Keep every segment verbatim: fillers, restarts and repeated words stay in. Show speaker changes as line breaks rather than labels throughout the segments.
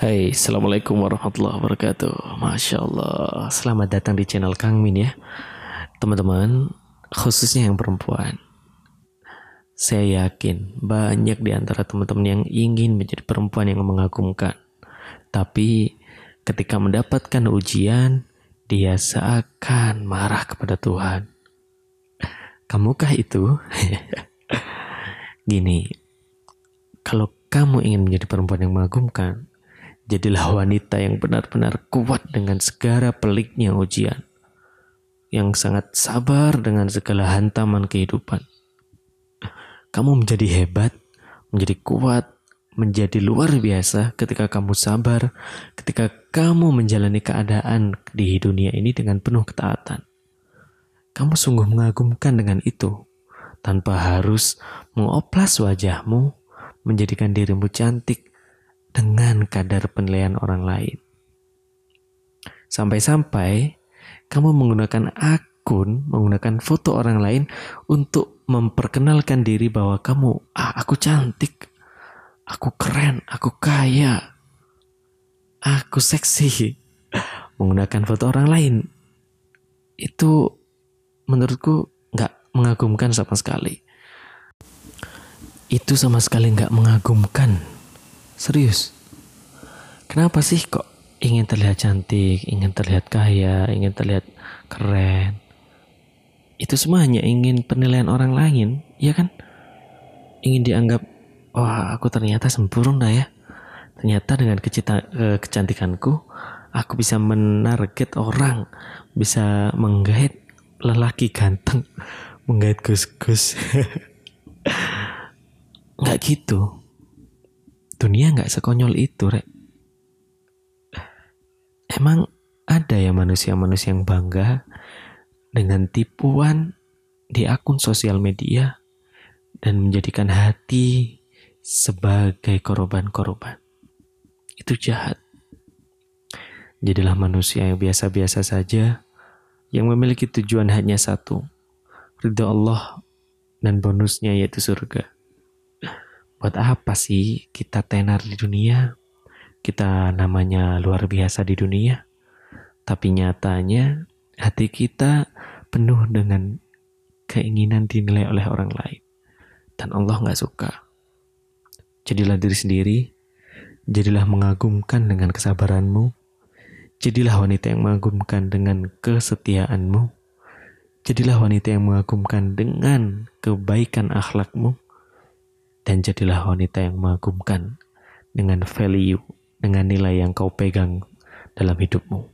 Hai, Assalamualaikum warahmatullahi wabarakatuh. Masya Allah, selamat datang di channel Kang Min ya. Teman-teman, khususnya yang perempuan. Saya yakin banyak di antara teman-teman yang ingin menjadi perempuan yang mengagumkan. Tapi ketika mendapatkan ujian, dia seakan marah kepada Tuhan. Kamukah itu? Gini, kalau kamu ingin menjadi perempuan yang mengagumkan, jadilah wanita yang benar-benar kuat dengan segala peliknya ujian, yang sangat sabar dengan segala hantaman kehidupan. Kamu menjadi hebat, menjadi kuat, menjadi luar biasa ketika kamu sabar, ketika kamu menjalani keadaan di dunia ini dengan penuh ketaatan. Kamu sungguh mengagumkan dengan itu, tanpa harus mengoplas wajahmu, menjadikan dirimu cantik dengan kadar penilaian orang lain. Sampai-sampai kamu menggunakan akun, menggunakan foto orang lain untuk memperkenalkan diri bahwa kamu, ah aku cantik, aku keren, aku kaya, aku seksi. Menggunakan foto orang lain. Itu menurutku gak mengagumkan sama sekali. Itu sama sekali gak mengagumkan. Serius. Kenapa sih kok ingin terlihat cantik, ingin terlihat kaya, ingin terlihat keren? Itu semua hanya ingin penilaian orang lain, ya kan? Ingin dianggap, wah aku ternyata sempurna ya. Ternyata dengan kecita, ke, kecantikanku, aku bisa menarget orang, bisa menggait lelaki ganteng, menggait gus-gus. Nggak gitu. Dunia nggak sekonyol itu, Rek. Emang ada ya manusia-manusia yang bangga dengan tipuan di akun sosial media dan menjadikan hati sebagai korban-korban. Itu jahat. Jadilah manusia yang biasa-biasa saja, yang memiliki tujuan hanya satu, ridha Allah dan bonusnya yaitu surga. Buat apa sih kita tenar di dunia? Kita namanya luar biasa di dunia, tapi nyatanya hati kita penuh dengan keinginan dinilai oleh orang lain, dan Allah gak suka. Jadilah diri sendiri, jadilah mengagumkan dengan kesabaranmu, jadilah wanita yang mengagumkan dengan kesetiaanmu, jadilah wanita yang mengagumkan dengan kebaikan akhlakmu, dan jadilah wanita yang mengagumkan dengan value, dengan nilai yang kau pegang dalam hidupmu.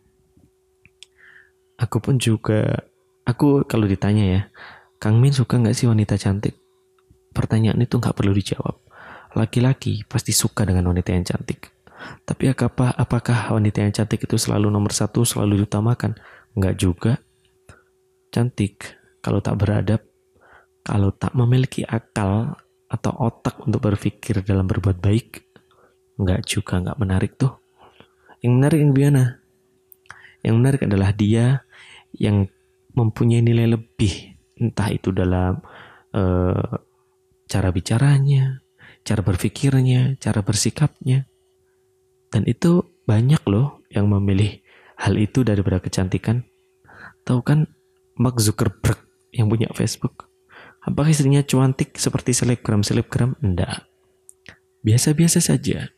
Aku pun juga, aku kalau ditanya ya, Kang Min suka gak sih wanita cantik? Pertanyaan itu gak perlu dijawab. Laki-laki pasti suka dengan wanita yang cantik. Tapi apakah, apakah wanita yang cantik itu selalu nomor satu, selalu diutamakan? Enggak juga. Cantik, kalau tak beradab, kalau tak memiliki akal atau otak untuk berpikir dalam berbuat baik, enggak juga, enggak menarik tuh. Yang menarik yang gimana? Yang menarik adalah dia yang mempunyai nilai lebih, entah itu dalam uh, cara bicaranya, cara berpikirnya, cara bersikapnya. Dan itu banyak loh yang memilih hal itu daripada kecantikan. Tahu kan Mark Zuckerberg yang punya Facebook? Apakah istrinya cantik seperti selebgram-selebgram? Enggak. Biasa-biasa saja.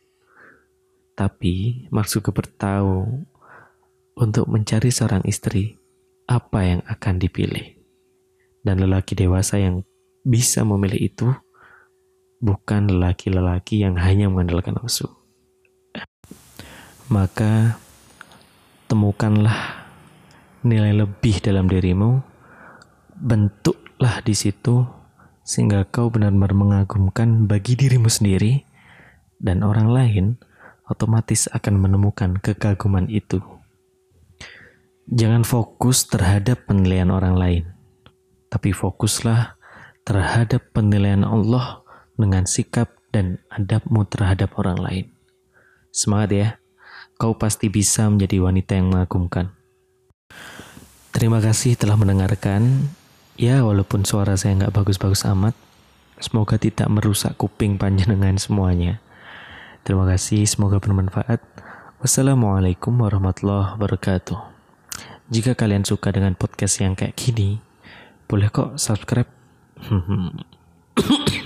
Tapi Mark Zuckerberg tahu untuk mencari seorang istri, apa yang akan dipilih. Dan lelaki dewasa yang bisa memilih itu bukan lelaki-lelaki yang hanya mengandalkan nafsu. Maka temukanlah nilai lebih dalam dirimu, bentuklah di situ sehingga kau benar-benar mengagumkan bagi dirimu sendiri, dan orang lain otomatis akan menemukan kekaguman itu. Jangan fokus terhadap penilaian orang lain, tapi fokuslah terhadap penilaian Allah dengan sikap dan adabmu terhadap orang lain. Semangat ya, kau pasti bisa menjadi wanita yang mengagumkan. Terima kasih telah mendengarkan. Ya, walaupun suara saya nggak bagus-bagus amat, semoga tidak merusak kuping panjenengan semuanya. Terima kasih, semoga bermanfaat. Wassalamualaikum warahmatullahi wabarakatuh. Jika kalian suka dengan podcast yang kayak gini, boleh kok subscribe.